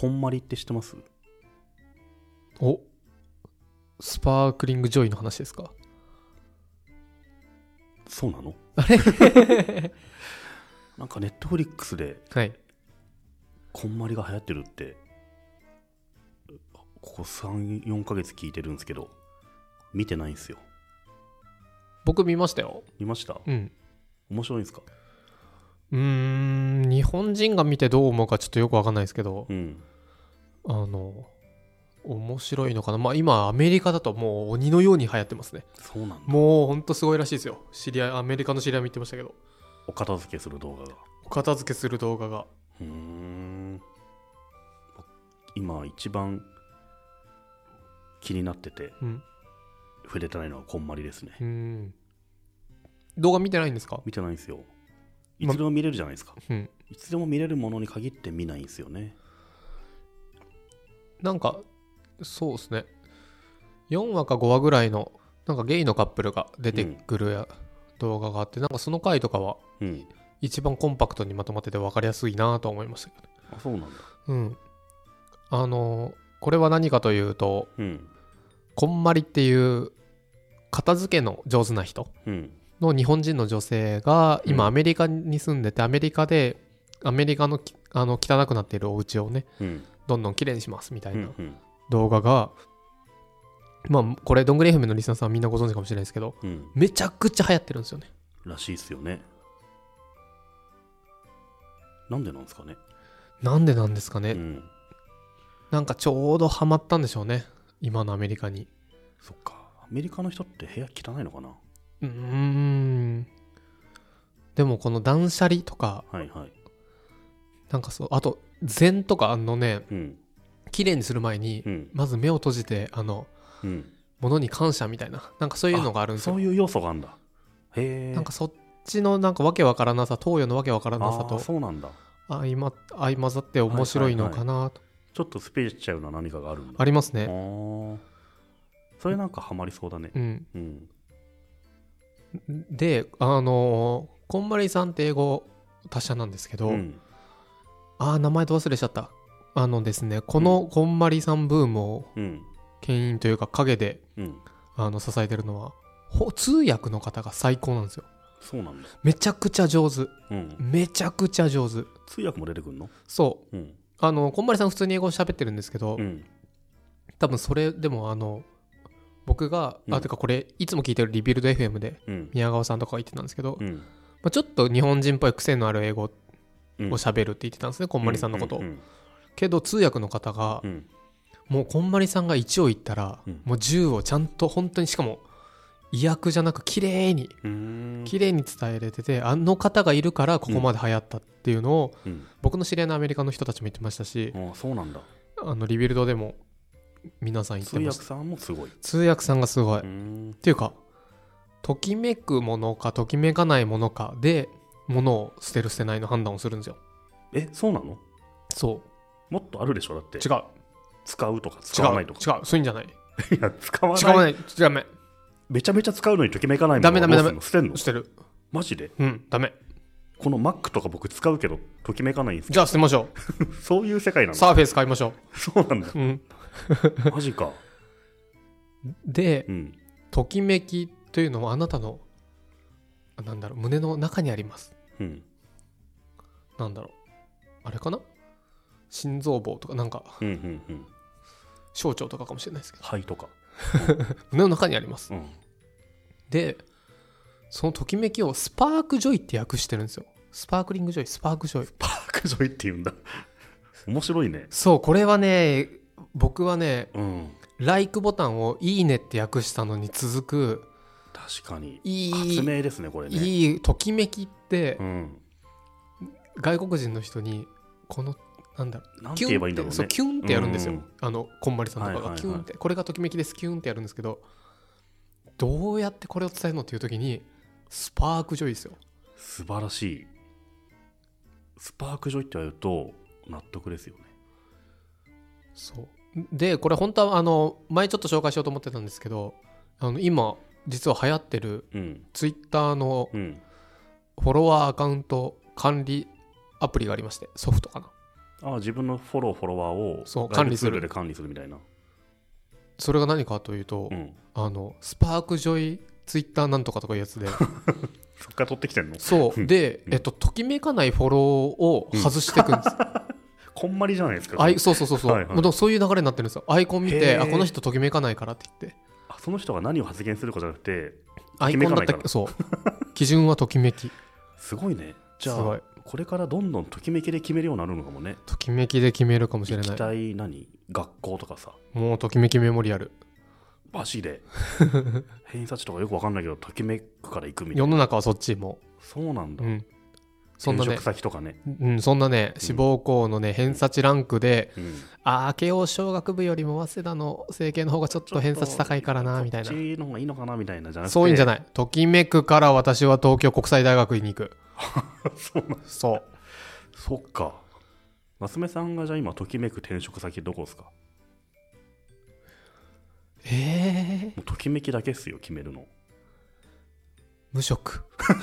こんまりって知ってます？ お、スパークリングジョイの話ですか？ そうなの？ あれなんかネットフリックスではい。 こんまりが流行ってるってここ3、4ヶ月聞いてるんですけど、見てないんですよ。 僕見ましたよ。 見ました？ うん。 面白いんですか？ 日本人が見てどう思うかちょっとよくわかんないですけど、 うん。 面白いのかな。まあ今アメリカだともう鬼のように流行ってますね。 そうなんだ。 もうほんとすごいらしいですよ。アメリカの知り合いも言ってましたけど、 お片付けする動画が。 お片付けする動画が。 今一番気になってて、 うん。 触れてないのはこんまりですね。 動画見てないんですか？ 見てないんですよ。いつでも見れるじゃないですか。 うん。 いつでも見れるものに限って見ないんですよね。 なんかそうですね。4話か5話ぐらいのなんかゲイのカップルが出てくる動画があって、なんかその回とかは一番コンパクトにまとまってて分かりやすいなと思いましたけどね。 あ、そうなんだ。 うん。これは何かというと、こんまりっていう片付けの上手な人の日本人の女性が今アメリカに住んでて、アメリカでアメリカの汚くなっているお家をね、どんどんきれいにしますみたいな動画が、まあこれどんぐり FM のリスナーさんみんなご存知かもしれないですけど、めちゃくちゃ流行ってるんですよね。 らしいですよね。なんでなんですかね。 なんでなんですかね。なんかちょうどハマったんでしょうね、今のアメリカに。 そっか。アメリカの人って部屋汚いのかな。 でもこの断捨離とか、なんかそう、あと禅とか綺麗にする前に、まず目を閉じて物に感謝みたいな、なんかそういうのがあるんですよ。 そういう要素があるんだ。へえ。 なんかそっちのなんかわけわからなさ、東洋のわけわからなさとそうなんだ。 相混ざって面白いのかなと。 ちょっとスピリチュアルな何かがあるんだ。 ありますね。 それなんかハマりそうだね。 で、こんまりさんって英語達者なんですけど、名前と忘れちゃった。ですね、このこんまりさんブームを牽引というか陰で支えてるのは通訳の方が最高なんですよ。 そうなんだ。 めちゃくちゃ上手、めちゃくちゃ上手。 通訳も出てくるの？ そう、こんまりさん普通に英語喋ってるんですけど、多分それでも僕が、てかこれいつも聞いてるリビルド FM で宮川さんとかが言ってたんですけど、ちょっと日本人っぽい癖のある英語を喋るって言ってたんですね、こんまりさんのことを。けど通訳の方が、もうこんまりさんが1を言ったら、もう10をちゃんと本当に、しかも意訳じゃなく綺麗に伝えれてて、あの方がいるからここまで流行ったっていうのを、僕の知り合いのアメリカの人たちも言ってましたし、 そうなんだ。 リビルドでも皆さん言ってました。 通訳さんもすごい。 通訳さんがすごいっていうか、ときめくものかときめかないものかで物を捨てる捨てないの判断をするんですよ。 そうなの？ そう。 もっとあるでしょ。だって違う、 使うとか使わないとか。 違う、そういうんじゃない。 いや、使わない。 ダメ。 めちゃめちゃ使うのにときめかないものダメ捨てんの？ 捨てる。 マジで？ ダメ。 この Mac とか僕使うけどときめかないんです。 じゃあ捨てましょうそういう世界なの？ サーフェイス買いましょう。そうなんだ。マジか。 で、ときめきというのはあなたの胸の中にあります。あれかな、心臓棒とかなんか、小腸とかかもしれないですけど、 肺とか胸の中にあります。で、そのときめきをスパークジョイって訳してるんですよ。スパークリングジョイ、スパークジョイ。 スパークジョイって言うんだ。面白いね。 そう、これはね、僕はね、LIKE ボタンをいいねって訳したのに続く、 確かに発明ですねこれね。 いいときめきって、外国人の人にこのなんて言えばいいんだろうね。そう、キュンってやるんですよ。こんまりさんとかがキュンって、これがときめきです、キュンってやるんですけど、どうやってこれを伝えるのっていう時にスパークジョイですよ。 素晴らしい。スパークジョイって言われると納得ですよね。 そうで、これ本当は前ちょっと紹介しようと思ってたんですけど、今実は流行ってるツイッターのフォロワーアカウント管理アプリがありまして、ソフトかな。 自分のフォロワーをそう管理する、 ライブツールで管理するみたいな。 それが何かというと、スパークジョイツイッターなんとかとかいうやつでそっから取ってきてんの。 そうで、ときめかないフォローを外していくんです、 こんまりじゃないですか。 そうそうそうそう、はいはい、もうそういう流れになってるんですよ。アイコン見て、この人ときめかないからって言って、 その人が何を発言するかじゃなくて、 アイコンだったそう基準はときめき。すごいね。じゃあこれからどんどんときめきで決めるようになるのかもね。 ときめきで決めるかもしれない。 行きたい学校とかさ、 もうときめきメモリアルマジで偏差値とかよく分かんないけどときめくから行くみたいな。 世の中はそっちもそうなんだ、 そんなね、 転職先とかね、 そんなね、志望校のね偏差値ランクで、慶応商学部よりも早稲田の成蹊の方がちょっと偏差値高いからなみたいな、 こっちの方がいいのかなみたいなじゃなくて、 そういうんじゃない。ときめくから私は東京国際大学に行くそうなんそうそっか。娘さんがじゃあ今ときめく転職先どこですか？もうときめきだけっすよ決めるの。 無職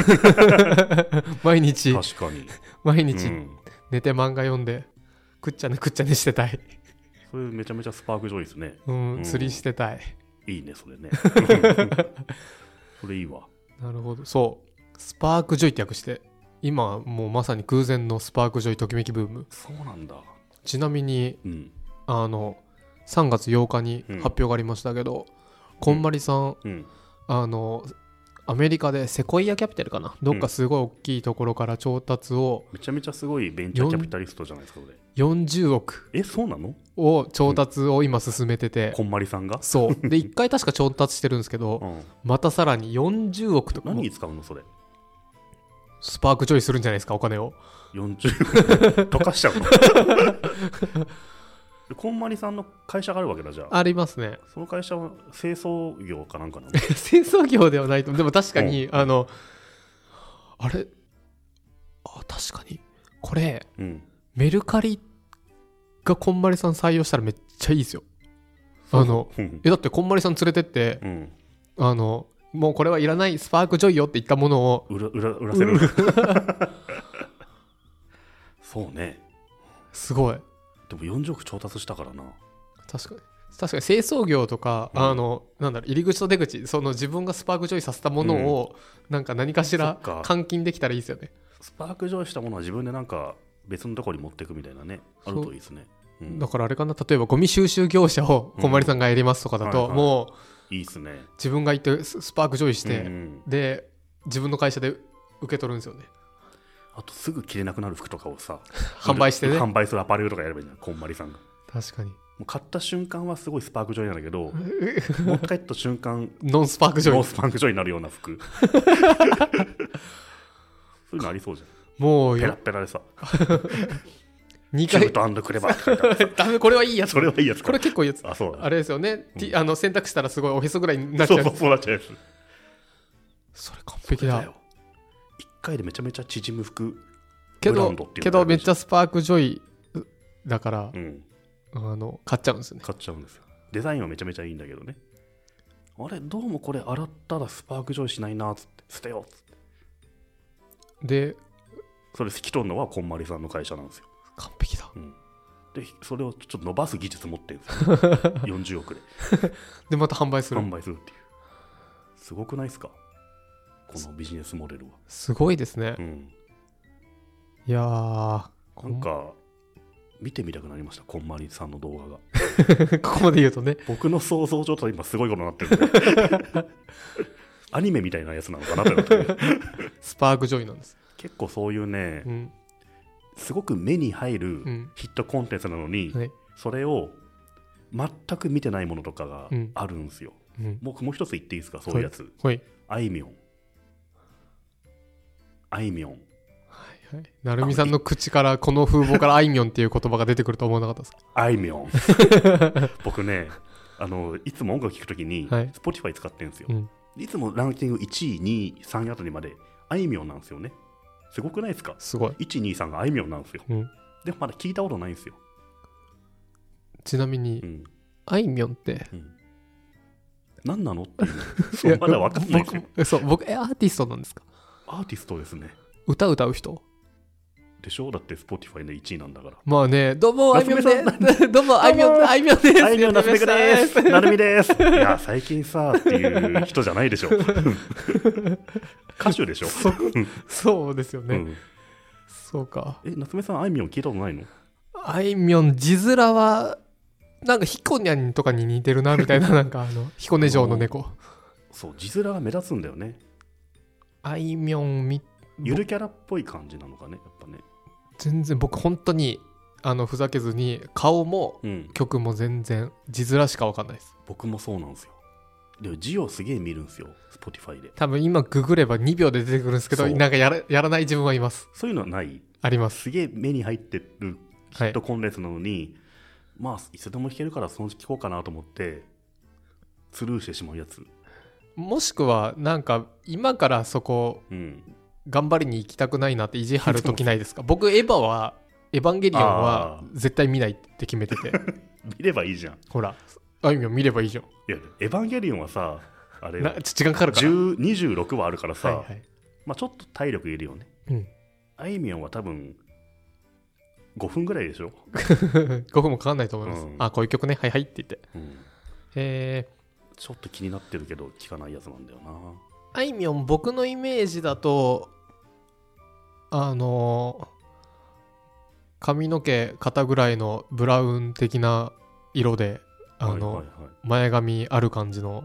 毎日確かに毎日、寝て漫画読んでくっちゃねしてたい。 それめちゃめちゃスパークジョイですね。 釣りしてたい。 いいねそれねそれいいわ。 なるほど。そうスパークジョイって訳して、今もうまさに空前のスパークジョイときめきブーム。 そうなんだ。 ちなみに、3月8日に発表がありましたけど、こんまりさん、アメリカでセコイアキャピタルかな、どっかすごい大きいところから調達を、 めちゃめちゃすごいベンチャーキャピタリストじゃないですか。 40億そうなのを調達を今進めてて、 こんまりさんがそうで1回確か調達してるんですけど、またさらに40億とか。 何に使うのそれ？ スパークジョイするんじゃないですか、お金を。 40溶かしちゃうのこんまりさんの会社があるわけだ。じゃあありますね。 その会社は清掃業かなんかなの清掃業ではないと。でも確かに、あれ確かにこれ、メルカリがこんまりさん採用したらめっちゃいいですよ。だってこんまりさん連れてって、もうこれはいらないスパークジョイよって言ったものを売らせるそうね。 すごい。 でも40億調達したからな。 確かに清掃業とか、入り口と出口、その自分がスパークジョイさせたものを、何かしら換金できたらいいですよね。 スパークジョイしたものは自分で別のところに持っていくみたいなね、あるといいですね。 だからあれかな、例えばゴミ収集業者をこんまりさんがやりますとかだと、もういいですね。 自分が行ってスパークジョイして、で自分の会社で受け取るんですよね。 あとすぐ着れなくなる服とかをさ販売してね、 販売するアパレルとかやればいいんだよ、こんまりさんが。 確かに。 もう買った瞬間はすごいスパークジョイなんだけど持って帰った瞬間ノンスパークジョイになるような服そういうのありそうじゃん。 もうペラペラでさ 2 回キュート&クレバーダメ、これはいいやつ。 それはいいやつ。 これ結構いいやつ。あれですよね、選択したらすごいおへそぐらいになっちゃう。 そうなっちゃうやつ。 それ完璧だ。 1回でめちゃめちゃ縮む服けどめっちゃスパークジョイだから、買っちゃうんですよね。 買っちゃうんですよ。デザインはめちゃめちゃいいんだけどね。あれどうもこれ洗ったらスパークジョイしないなっつって捨てようっつって。 でそれ引き取るのはこんまりさんの会社なんですよ。 完璧だ。 でそれをちょっと伸ばす技術持ってるんですよ40億ででまた販売するっていう。すごくないですか、このビジネスモデルは。 すごいですね。いやなんか見てみたくなりました、こんまりさんの動画がここまで言うとね、 僕の想像上と今すごいことになってるんでアニメみたいなやつなのかなと思ってスパークジョイなんです。 結構そういうね、すごく目に入るヒットコンテンツなのに、それを全く見てないものとかがあるんですよ。僕もう一つ言っていいですか、そういうやつ。あいみょん。 なるみさんの口からこの風貌からあいみょんっていう言葉が出てくると思わなかったですか？ あいみょん僕ね、いつも音楽聴くときに Spotify 使ってるんですよ。いつもランキング1位2位3位あたりまであいみょんなんですよね。すごくないですか？ すごい。 1、2、3があいみょんなんですよ。でもまだ聞いたことないんですよ。 ちなみに、あいみょんって、 何なのっていう。まだ分かんないですよ。 僕アーティストなんですか？ アーティストですね。 歌う人？ でしょ。だって Spotify の1位なんだから。 まあね、どうもあいみょんです。どうもあいみょんです。 あいみょんなすめくです。なるみです。いや最近さっていう人じゃないでしょ。歌手でしょ。 そうですよね。そうか。 夏目さんあいみょん聞いたことないの？ あいみょん字面はなんかひこにゃんとかに似てるなみたいな、なんか彦根城の猫。 そう、字面が目立つんだよね。 あいみょんゆるキャラっぽい感じなのかね、やっぱね。 全然僕本当にふざけずに顔も曲も全然字面しか分かんないです。 僕もそうなんですよ。でも字をすげえ見るんですよ、Spotify で。 多分今ググれば2秒で出てくるんですけど、なんかやらない自分はいます。 そういうのはない？ あります。 すげえ目に入ってるヒットコンテンツなのに、まあいつでも弾けるからそのうち聴こうかなと思ってスルーしてしまうやつ。 もしくはなんか今からそこ頑張りに行きたくないなって意地張るときないですか？僕エヴァンゲリオンは絶対見ないって決めてて。 見ればいいじゃん。 ほらあいみょん見ればいいじゃん。いやエヴァンゲリオンはさ、あれ時間かかるから 26話あるからさ、 はいはい、 まあ、ちょっと体力いるよね。あいみょんは多分5分ぐらいでしょ。 5分もかかんないと思います、あこういう曲ねはいはいって言って、 ちょっと気になってるけど聞かないやつなんだよな。 あいみょん僕のイメージだと髪の毛肩ぐらいのブラウン的な色で前髪ある感じの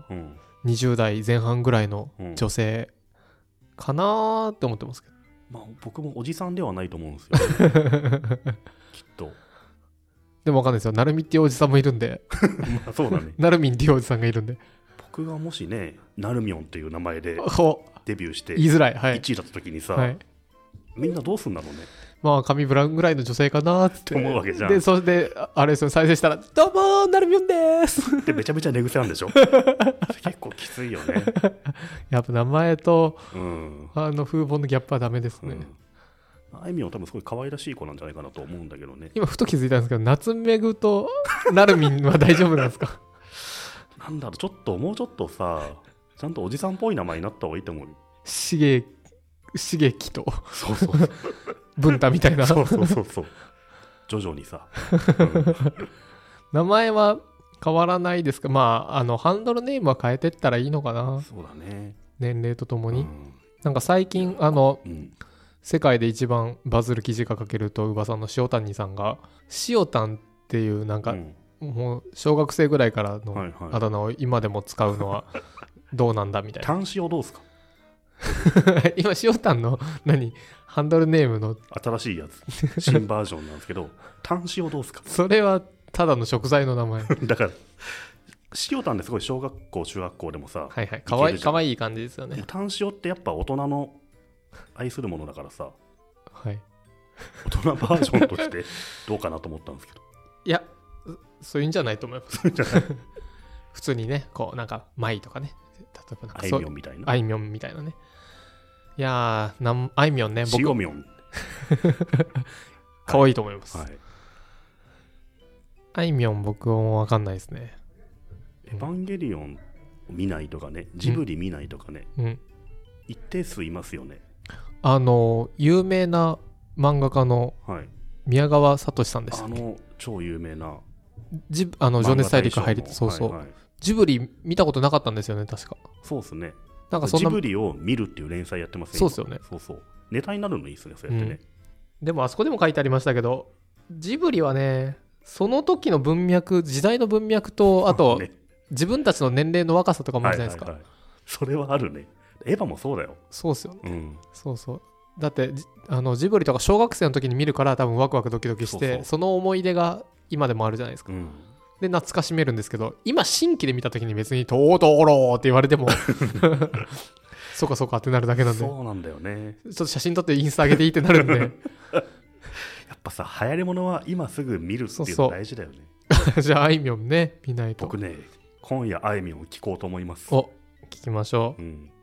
20代前半ぐらいの女性かなーって思ってますけど、 まあ、僕もおじさんではないと思うんですよ、きっと。 でも分かんないですよ、なるみっていうおじさんもいるんで。 まあそうだね。 なるみんっていうおじさんがいるんで、 僕がもしねなるみょんっていう名前でデビューして言いづらい、はい、 1位だった時にさ、はい、みんなどうすんだろうね。 まあ髪ブラウンぐらいの女性かなって思うわけじゃん。 でそれであれですよ、再生したらどうもーなるみょんですでめちゃめちゃ寝癖なんでしょ。結構きついよね。 やっぱ名前と、風貌のギャップはダメですね。 あいみょん多分すごい可愛らしい子なんじゃないかなと思うんだけどね。 今ふと気づいたんですけど、夏めぐとなるみんは大丈夫なんですか？ なんだろう、ちょっともうちょっとさ、ちゃんとおじさんっぽい名前になった方がいいと思うよ。 しげきとそうそう文太みたいな。 そう徐々にさ、 名前は変わらないですか？まあハンドルネームは変えてったらいいのかな。 そうだね、 年齢とともに、なんか最近世界で一番バズる記事が書けると噂の塩谷さんが塩谷っていうなんか、もう小学生ぐらいからのあだ名を今でも使うのはどうなんだみたいな。 単塩どうすか？ 今塩谷のハンドルネームの新しいやつ新バージョンなんですけど、単塩どうすか？ それはただの食材の名前。 だから塩谷ってすごい小学校中学校でもさ、 はいはい、かわいい感じですよね。 単塩ってやっぱ大人の愛するものだからさ、 はい、 大人バージョンとしてどうかなと思ったんですけど。 いやそういうんじゃないと思います。普通にね、こうなんか舞とかね、例えばなんかあいみょんみたいな、 あいみょんみたいなね。いやーあいみょんね、僕塩みょんかわいいと思います、 はい、 あいみょん僕も分かんないですね。 エヴァンゲリオン見ないとかね、ジブリ見ないとかね、一定数いますよね。 有名な漫画家の宮川聡さんでしたっけ？ 超有名な情熱大陸入り、そうそう、はいはい、ジブリ見たことなかったんですよね確か。 そうですね、 なんかジブリを見るっていう連載やってますね。 そうですよね。 そうネタになるのいいですね、そうやってね、 でもあそこでも書いてありましたけど、ジブリはねその時の文脈、時代の文脈とあと、ね、自分たちの年齢の若さとかもあるじゃないですか、はいはいはい、 それはあるね。エヴァもそうだよ。 そうですよね、そうだってジブリとか小学生の時に見るから多分ワクワクドキドキして、その思い出が今でもあるじゃないですか、で懐かしめるんですけど、今新規で見た時に別にトートローって言われてもそうかってなるだけなんで。 そうなんだよね。 ちょっと写真撮ってインスタ上げていいってなるんでやっぱさ、流行り物は今すぐ見るっていうの大事だよね。 じゃああいみょんね見ないと。 僕ね今夜あいみょんを聞こうと思います。 聞きましょう、